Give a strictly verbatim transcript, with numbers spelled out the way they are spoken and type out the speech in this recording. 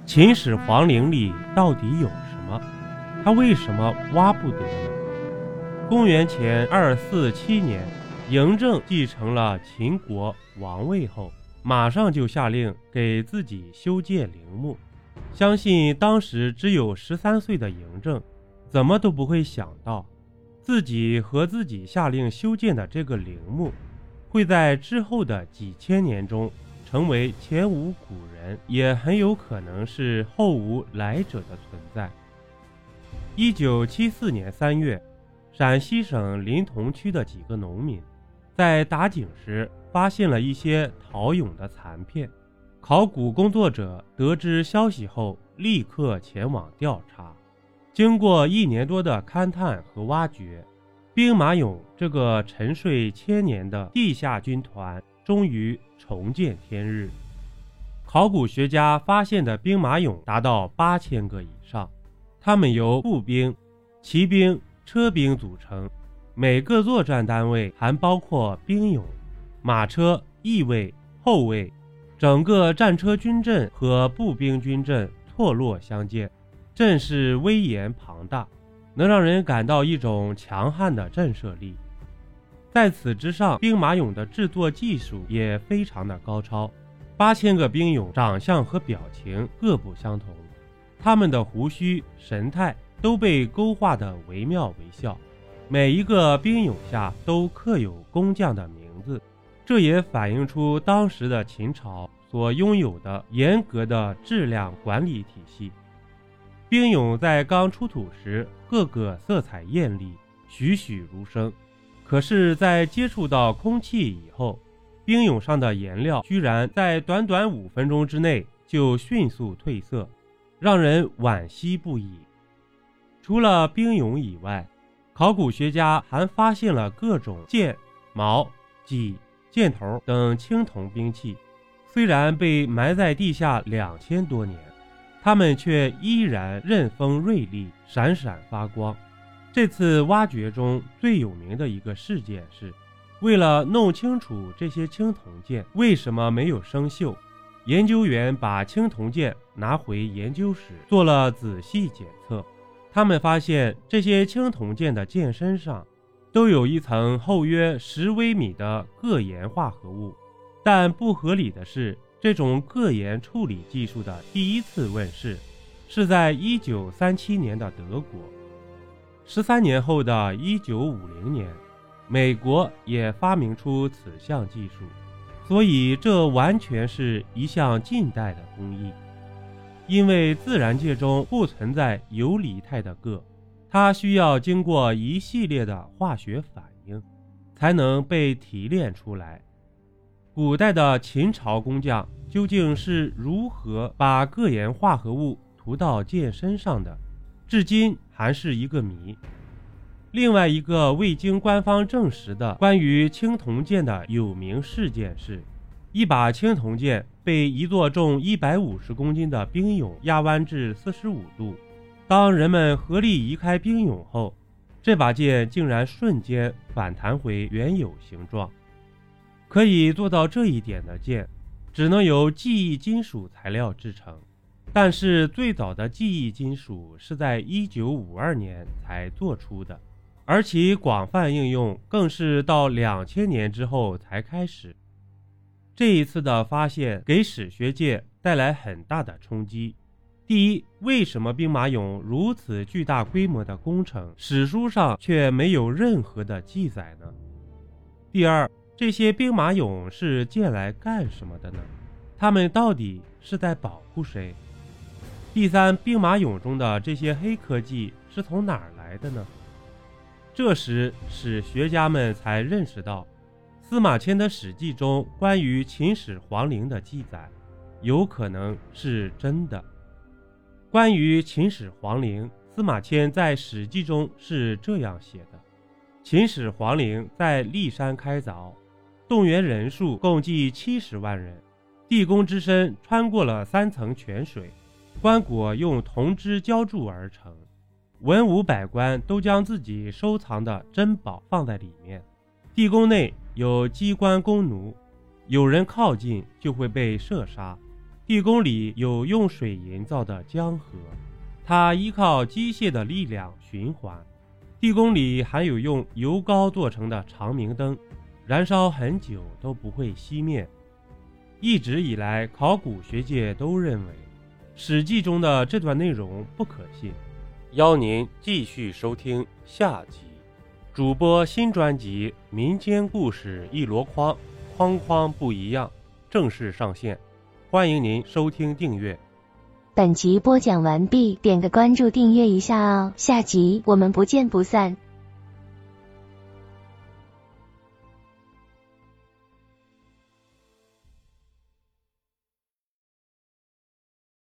秦始皇陵里到底有什么？他为什么挖不得呢？公元前二四七年，嬴政继承了秦国王位后，马上就下令给自己修建陵墓。相信当时只有十三岁的嬴政，怎么都不会想到，自己和自己下令修建的这个陵墓，会在之后的几千年中成为前无古人，也很有可能是后无来者的存在。一九七四年三月，陕西省临潼区的几个农民在打井时发现了一些陶俑的残片。考古工作者得知消息后，立刻前往调查。经过一年多的勘探和挖掘，兵马俑这个沉睡千年的地下军团终于重见天日。考古学家发现的兵马俑达到八千个以上，它们由步兵、骑兵、车兵组成，每个作战单位还包括兵俑、马车、翼卫、后卫，整个战车军阵和步兵军阵错落相间，阵势威严庞大，能让人感到一种强悍的震慑力。在此之上，兵马俑的制作技术也非常的高超。八千个兵俑长相和表情各不相同，他们的胡须、神态都被勾画得惟妙惟肖，每一个兵俑下都刻有工匠的名字，这也反映出当时的秦朝所拥有的严格的质量管理体系。兵俑在刚出土时，个个色彩艳丽，栩栩如生，可是在接触到空气以后，兵俑上的颜料居然在短短五分钟之内就迅速褪色，让人惋惜不已。除了兵俑以外，考古学家还发现了各种剑、矛、戟、箭头等青铜兵器，虽然被埋在地下两千多年，它们却依然刃锋锐利，闪闪发光。这次挖掘中最有名的一个事件是，为了弄清楚这些青铜剑为什么没有生锈，研究员把青铜剑拿回研究室做了仔细检测。他们发现这些青铜剑的剑身上都有一层厚约十微米的铬盐化合物，但不合理的是，这种铬盐处理技术的第一次问世是在一九三七年的德国。十三年后的一九五零年，美国也发明出此项技术，所以这完全是一项近代的工艺。因为自然界中不存在游离态的铬，它需要经过一系列的化学反应才能被提炼出来。古代的秦朝工匠究竟是如何把铬盐化合物涂到剑身上的，至今还是一个谜。另外一个未经官方证实的关于青铜剑的有名事件是，一把青铜剑被一座重一百五十公斤的兵俑压弯至四十五度，当人们合力移开兵俑后，这把剑竟然瞬间反弹回原有形状。可以做到这一点的剑，只能由记忆金属材料制成，但是最早的记忆金属是在一九五二年才做出的，而其广泛应用更是到两千年之后才开始。这一次的发现给史学界带来很大的冲击。第一，为什么兵马俑如此巨大规模的工程，史书上却没有任何的记载呢？第二，这些兵马俑是建来干什么的呢？他们到底是在保护谁？第三，兵马俑中的这些黑科技是从哪儿来的呢？这时史学家们才认识到，司马迁的史记中关于秦始皇陵的记载有可能是真的。关于秦始皇陵，司马迁在史记中是这样写的：秦始皇陵在骊山开凿，动员人数共计七十万人，地宫之深穿过了三层泉水，棺椁用铜枝浇筑而成，文武百官都将自己收藏的珍宝放在里面。地宫内有机关弓弩，有人靠近就会被射杀。 地宫里有用水营造的江河，它依靠机械的力量循环。地宫里还有用油膏做成的长明灯，燃烧很久都不会熄灭。一直以来，考古学界都认为《史记》中的这段内容不可信。邀您继续收听下集。主播新专辑《民间故事一箩筐》，筐筐不一样，正式上线，欢迎您收听订阅。 本集播讲完毕，点个关注订阅一下哦，下集我们不见不散。